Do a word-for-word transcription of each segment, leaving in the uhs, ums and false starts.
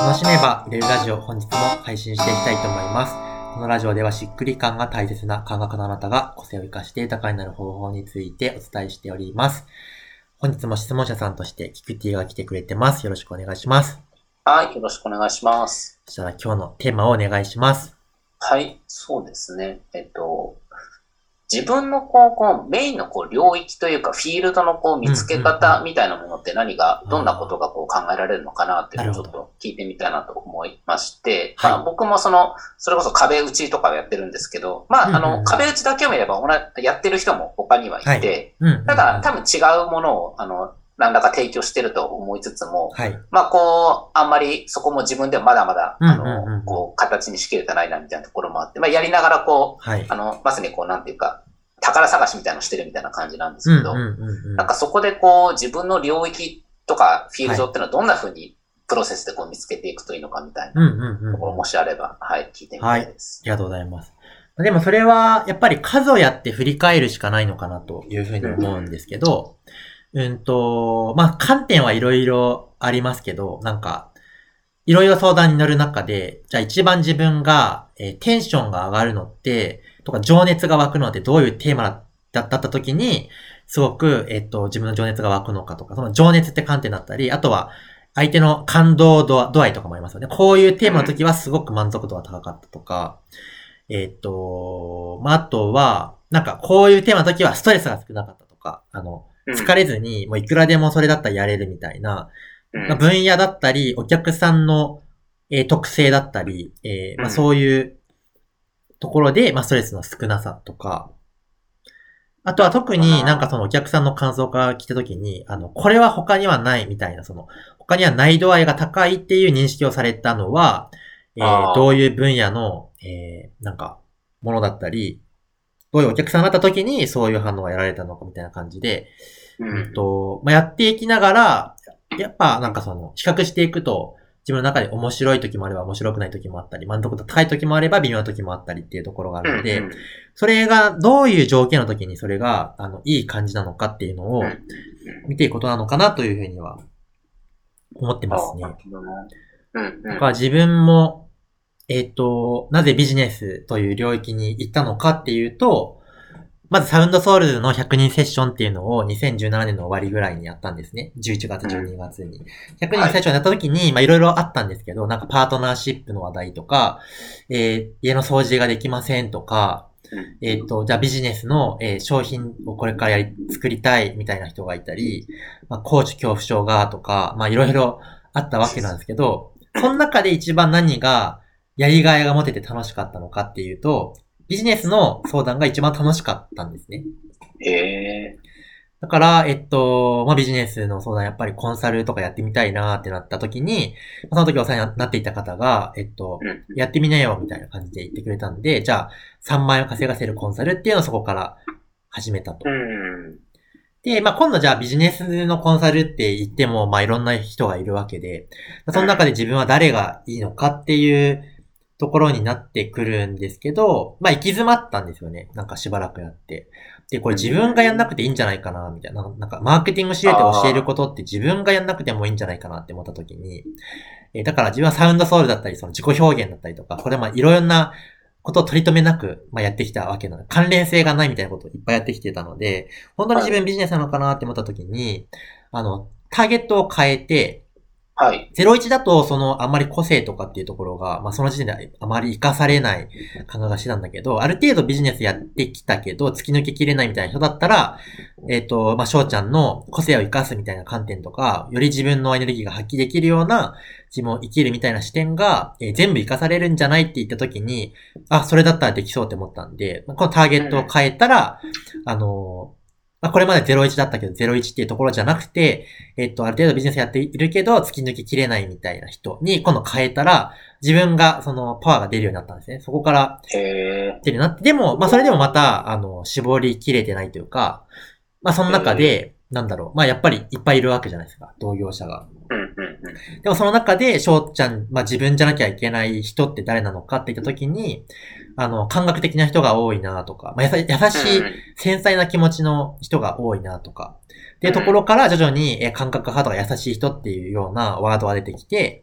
楽しめば売れるラジオ、本日も配信していきたいと思います。このラジオではしっくり感が大切な感覚のあなたが個性を生かして豊かになる方法についてお伝えしております。本日も質問者さんとしてキクティが来てくれてます。よろしくお願いします。 はい、よろしくお願いします。 そしたら今日のテーマをお願いします。 はい、そうですね。えっと、自分のこう、こうメインのこう領域というか、フィールドのこう見つけ方みたいなものって何が、どんなことがこう考えられるのかなっていうのをちょっと聞いてみたいなと思いまして、まあ、僕もその、それこそ壁打ちとかをやってるんですけど、まあ、あの、壁打ちだけを見れば、やってる人も他にはいて、ただ多分違うものを、あの、何らか提供してると思いつつも、はい、まあこう、あんまりそこも自分ではまだまだ、あの、こう、形にしきれてないなみたいなところもあって、まあやりながらこう、はい、あの、まさにこう、なんていうか、宝探しみたいなのしてるみたいな感じなんですけど、なんかそこでこう、自分の領域とかフィールドっていうのはどんな風にプロセスでこう見つけていくといいのかみたいなところもしあれば、はい、聞いてみたいです。 はい、ありがとうございます。でもそれは、やっぱり数をやって振り返るしかないのかなというふうに思うんですけど、うんうんと、まあ、観点はいろいろありますけど、なんか、いろいろ相談に乗る中で、じゃあ一番自分が、えー、テンションが上がるのって、とか情熱が湧くのってどういうテーマだった時に、すごく、えっと、自分の情熱が湧くのかとか、その情熱って観点だったり、あとは、相手の感動度合いとかもありますよね。こういうテーマの時はすごく満足度が高かったとか、えっと、まあ、あとは、なんかこういうテーマの時はストレスが少なかったとか、あの、疲れずに、もういくらでもそれだったらやれるみたいな、まあ、分野だったり、お客さんの、えー、特性だったり、えーまあ、そういうところで、まあ、ストレスの少なさとか、あとは特になんかそのお客さんの感想が来た時に、あの、これは他にはないみたいな、その、他にはない度合いが高いっていう認識をされたのは、えー、どういう分野の、えー、なんか、ものだったり、どういうお客さんだった時にそういう反応が得られたのかみたいな感じで、うんと、まあ、やっていきながら、やっぱなんかその、比較していくと、自分の中で面白い時もあれば面白くない時もあったり、満足度高い時もあれば微妙な時もあったりっていうところがあるので、それがどういう条件の時にそれが、あの、いい感じなのかっていうのを見ていくことなのかなというふうには思ってますね。だから自分も、えっと、なぜビジネスという領域に行ったのかっていうと、まずサウンドソウルズのひゃくにんセッションっていうのをにせんじゅうななねんの終わりぐらいにやったんですね。じゅういちがつ、じゅうにがつに。ひゃくにんセッションやった時に、まあいろいろあったんですけど、なんかパートナーシップの話題とか、えー、家の掃除ができませんとか、えっと、じゃあビジネスの、えー、商品をこれからやり、作りたいみたいな人がいたり、まあ高知恐怖症がとか、まあいろいろあったわけなんですけど、その中で一番何がやりがいが持てて楽しかったのかっていうと、ビジネスの相談が一番楽しかったんですね。 へー。 だから、えっと、まあ、ビジネスの相談やっぱりコンサルとかやってみたいなってなった時に、その時お世話になっていた方が、えっと、やってみなよみたいな感じで言ってくれたんで、じゃあさんまんえんを稼がせるコンサルっていうのをそこから始めたと。で、まあ、今度じゃあビジネスのコンサルって言っても、まあ、いろんな人がいるわけで、その中で自分は誰がいいのかっていうところになってくるんですけど、まあ、行き詰まったんですよね。なんかしばらくやって。で、これ自分がやんなくていいんじゃないかな、みたいな。なんか、マーケティング資料で教えることって自分がやんなくてもいいんじゃないかなって思った時に、えだから自分はサウンドソウルだったり、その自己表現だったりとか、これまあいろんなことを取り留めなく、まあ、やってきたわけなので、関連性がないみたいなことをいっぱいやってきてたので、本当に自分ビジネスなのかなって思った時に、あの、ターゲットを変えて、 はい。 ゼロイチだと、その、あんまり個性とかっていうところが、まあ、その時点であまり活かされない感覚がしてたんだけど、ある程度ビジネスやってきたけど、突き抜けきれないみたいな人だったら、えっと、まあ、翔ちゃんの個性を活かすみたいな観点とか、より自分のエネルギーが発揮できるような、自分を生きるみたいな視点が、えー、全部活かされるんじゃないって言った時に、あ、それだったらできそうって思ったんで、このターゲットを変えたら、うん、あのー、まあ、これまでゼロイチだったけどゼロイチっていうところじゃなくて、えっと、ある程度ビジネスやっているけど、突き抜けきれないみたいな人に今度変えたら、自分がそのパワーが出るようになったんですね。そこから、 出るようになって、でも、まあそれでもまた、あの、絞りきれてないというか、まあその中で、なんだろう、まあやっぱりいっぱいいるわけじゃないですか、同業者が。でもその中で、翔ちゃん、まあ自分じゃなきゃいけない人って誰なのかって言った時に、あの、感覚的な人が多いなとか、まあ、優しい、繊細な気持ちの人が多いなとか、っていうところから徐々に感覚派とか優しい人っていうようなワードが出てきて、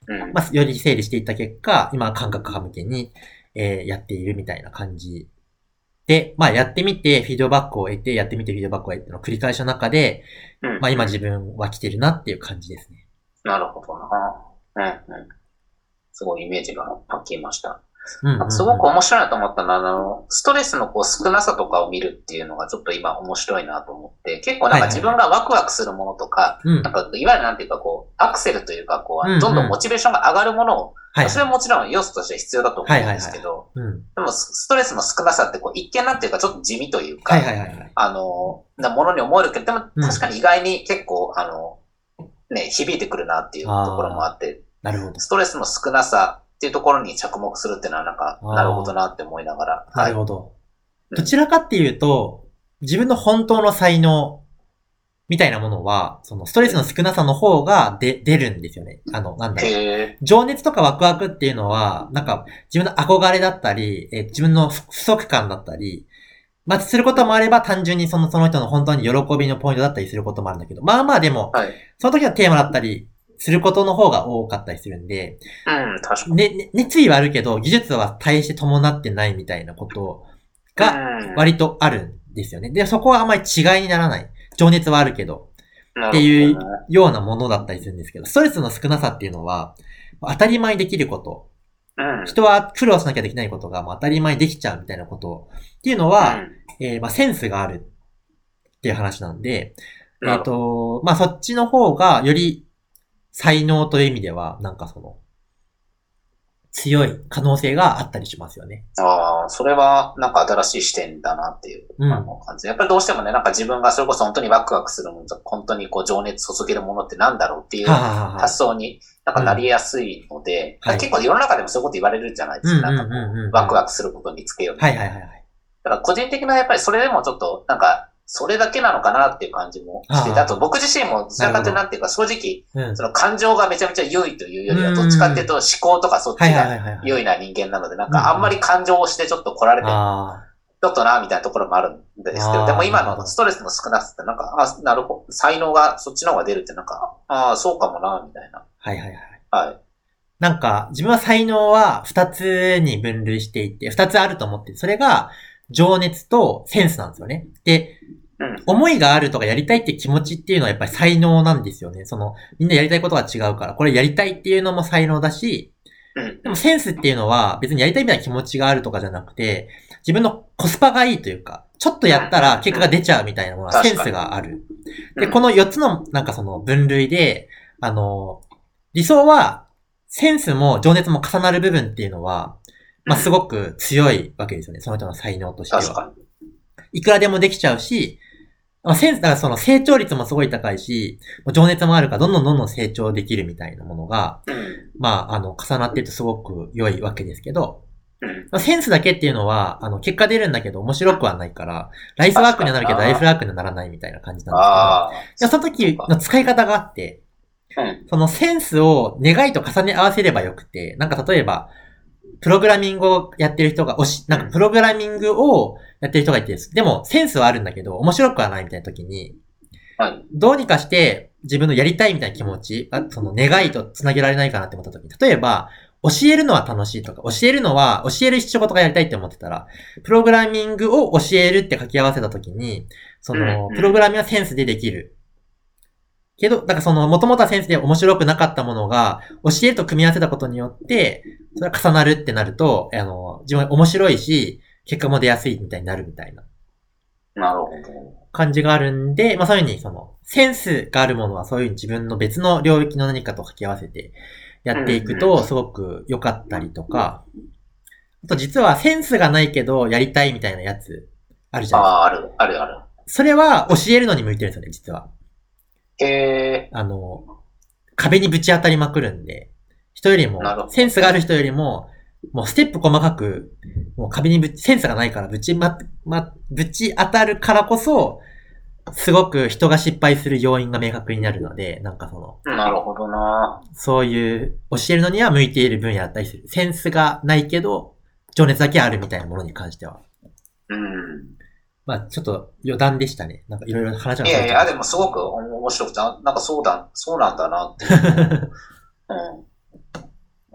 うん。 まあ、より整理していった結果、今は感覚派向けに、えーやっているみたいな感じで、まあ、やってみて、フィードバックを得て、やってみて、フィードバックを得ての繰り返しの中で、 うん。 まあ、今自分は来てるなっていう感じですね。 なるほどな。うん。うん。すごいイメージが湧きました。 うんうんうん。 すごく面白いなと思ったのは、あの、ストレスのこう少なさとかを見るっていうのがちょっと今面白いなと思って、結構なんか自分がワクワクするものとか、 うん、 なんかいわゆるなんていうかこう、アクセルというかこう、 うんうん、 どんどんモチベーションが上がるものを、 はいはい、 それはもちろん要素として必要だと思うんですけど、でもストレスの少なさってこう、一見なんていうかちょっと地味というか、 はいはいはいはい、 あの、なものに思えるけど、でも確かに意外に結構、あの、ね、響いてくるなっていうところもあって、 なるほど。 ストレスの少なさっていうところに着目するっていうのはなんか、なるほどなって思いながら。 なるほど。どちらかっていうと、自分の本当の才能みたいなものは、そのストレスの少なさの方がで出るんですよね。あの、なんだろう。情熱とかワクワクっていうのは、なんか自分の憧れだったり、え自分の不足感だったり、まあ、することもあれば単純にそのその人の本当に喜びのポイントだったりすることもあるんだけど、まあまあでも、はい、その時のテーマだったり、することの方が多かったりするんで、 うん、確かに。 ね、ね、熱意はあるけど、技術は大して伴ってないみたいなことが割とあるんですよね。で、そこはあまり違いにならない。情熱はあるけど、っていうようなものだったりするんですけど、ストレスの少なさっていうのは、当たり前にできること。うん、人は苦労しなきゃできないことが当たり前にできちゃうみたいなことっていうのは、うん、えー、まあセンスがあるっていう話なんで、えっと、まあそっちの方がより才能という意味では、なんかその、強い可能性があったりしますよね。 ああ、それはなんか新しい視点だなっていう、うん、あの感じ。やっぱりどうしてもね、なんか自分がそれこそ本当にワクワクするものと、本当にこう情熱注げるものってなんだろうっていう発想になんかなりやすいので、うん、結構世の中でもそういうこと言われるじゃないですか。なんかこう、ワクワクすることを見つけようみたいな。はいはいはい。だから個人的なやっぱりそれでもちょっとなんか、それだけなのかなっていう感じもしてて、あと僕自身もどちらかというとなんていうか正直、うん、その感情がめちゃめちゃ優位というよりは、どっちかっていうと思考とかそっちが優位な人間なので、なんかあんまり感情をしてちょっと来られて、ちょっとな、みたいなところもあるんですけど、でも今のストレスの少なさってなんか、あ、なるほど、才能がそっちの方が出るってなんか、ああ、そうかもな、みたいな。 はいはいはい。 はい。 なんか、自分は才能は二つに分類していて、二つあると思って、それが、情熱とセンスなんですよね。で、うん、思いがあるとかやりたいって気持ちっていうのはやっぱり才能なんですよね。その、みんなやりたいことが違うから、これやりたいっていうのも才能だし、うん、でもセンスっていうのは別にやりたいみたいな気持ちがあるとかじゃなくて、自分のコスパがいいというか、ちょっとやったら結果が出ちゃうみたいなものはセンスがある。で、このよっつのなんかその分類で、あの、理想はセンスも情熱も重なる部分っていうのは、まあ、すごく強いわけですよね。その人の才能としては。 確かに。 いくらでもできちゃうし、まあ、センス、だからその成長率もすごい高いし、情熱もあるからどんどんどんどん成長できるみたいなものが、うん、まあ、あの、重なっているとすごく良いわけですけど、うん、センスだけっていうのは、あの、結果出るんだけど面白くはないから、ライフワークにはなるけどライフワークにはならないみたいな感じなんですけど、その時の使い方があって、うん、そのセンスを願いと重ね合わせればよくて、なんか例えば、プログラミングをやってる人が、おし、なんかプログラミングをやってる人がいてです。でも、センスはあるんだけど、面白くはないみたいな時に、はい、どうにかして自分のやりたいみたいな気持ち、その願いと繋げられないかなって思った時に、例えば、教えるのは楽しいとか、教えるのは、教える仕事がやりたいって思ってたら、プログラミングを教えるって掛け合わせた時に、その、プログラミングはセンスでできる。けど、だからその、元々はセンスで面白くなかったものが、教えると組み合わせたことによって、それが重なるってなると、あの、自分面白いし、結果も出やすいみたいになるみたいな。 なるほど。 感じがあるんで、まあそういうふうに、その、センスがあるものはそういうふうに自分の別の領域の何かと掛け合わせてやっていくと、すごく良かったりとか、あと実はセンスがないけどやりたいみたいなやつ、あるじゃないですか。 ああ、ある、あるある。 それは教えるのに向いてるんですよね、実は。 へー。 あの、壁にぶち当たりまくるんで、人よりも、センスがある人よりも、もうステップ細かく、もう壁にぶち、センスがないからぶちま、ま、ぶち当たるからこそ、すごく人が失敗する要因が明確になるので、なんかその、 なるほどな。 そういう教えるのには向いている分野だったりする。センスがないけど、情熱だけあるみたいなものに関しては。 うん。 まあちょっと余談でしたね。なんかいろいろ話が。 いやいや、でもすごく面白くて、なんかそうだ、そうなんだなっていう。うん。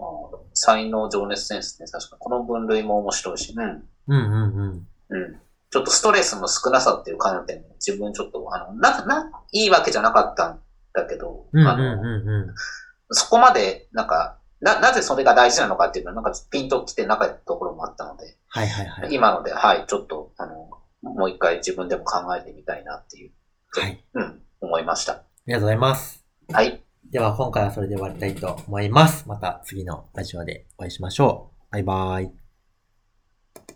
あ才能、情熱、センスね。確かこの分類も面白いし、うん。 うんうんうん。 うん。ちょっとストレスの少なさっていう観点も自分ちょっと、あの、な、な、いいわけじゃなかったんだけど、 うんうんあの、 うんうん。 そこまで、なんか、な、なぜそれが大事なのかっていうのは、なんかピンときてなかったところもあったので、 はいはいはい。 今ので、はい、ちょっと、あの、もう一回自分でも考えてみたいなっていう、 はい。 うん、思いました。 ありがとうございます。 はい。 では今回はそれで終わりたいと思います。また次のラジオでお会いしましょう。バイバーイ。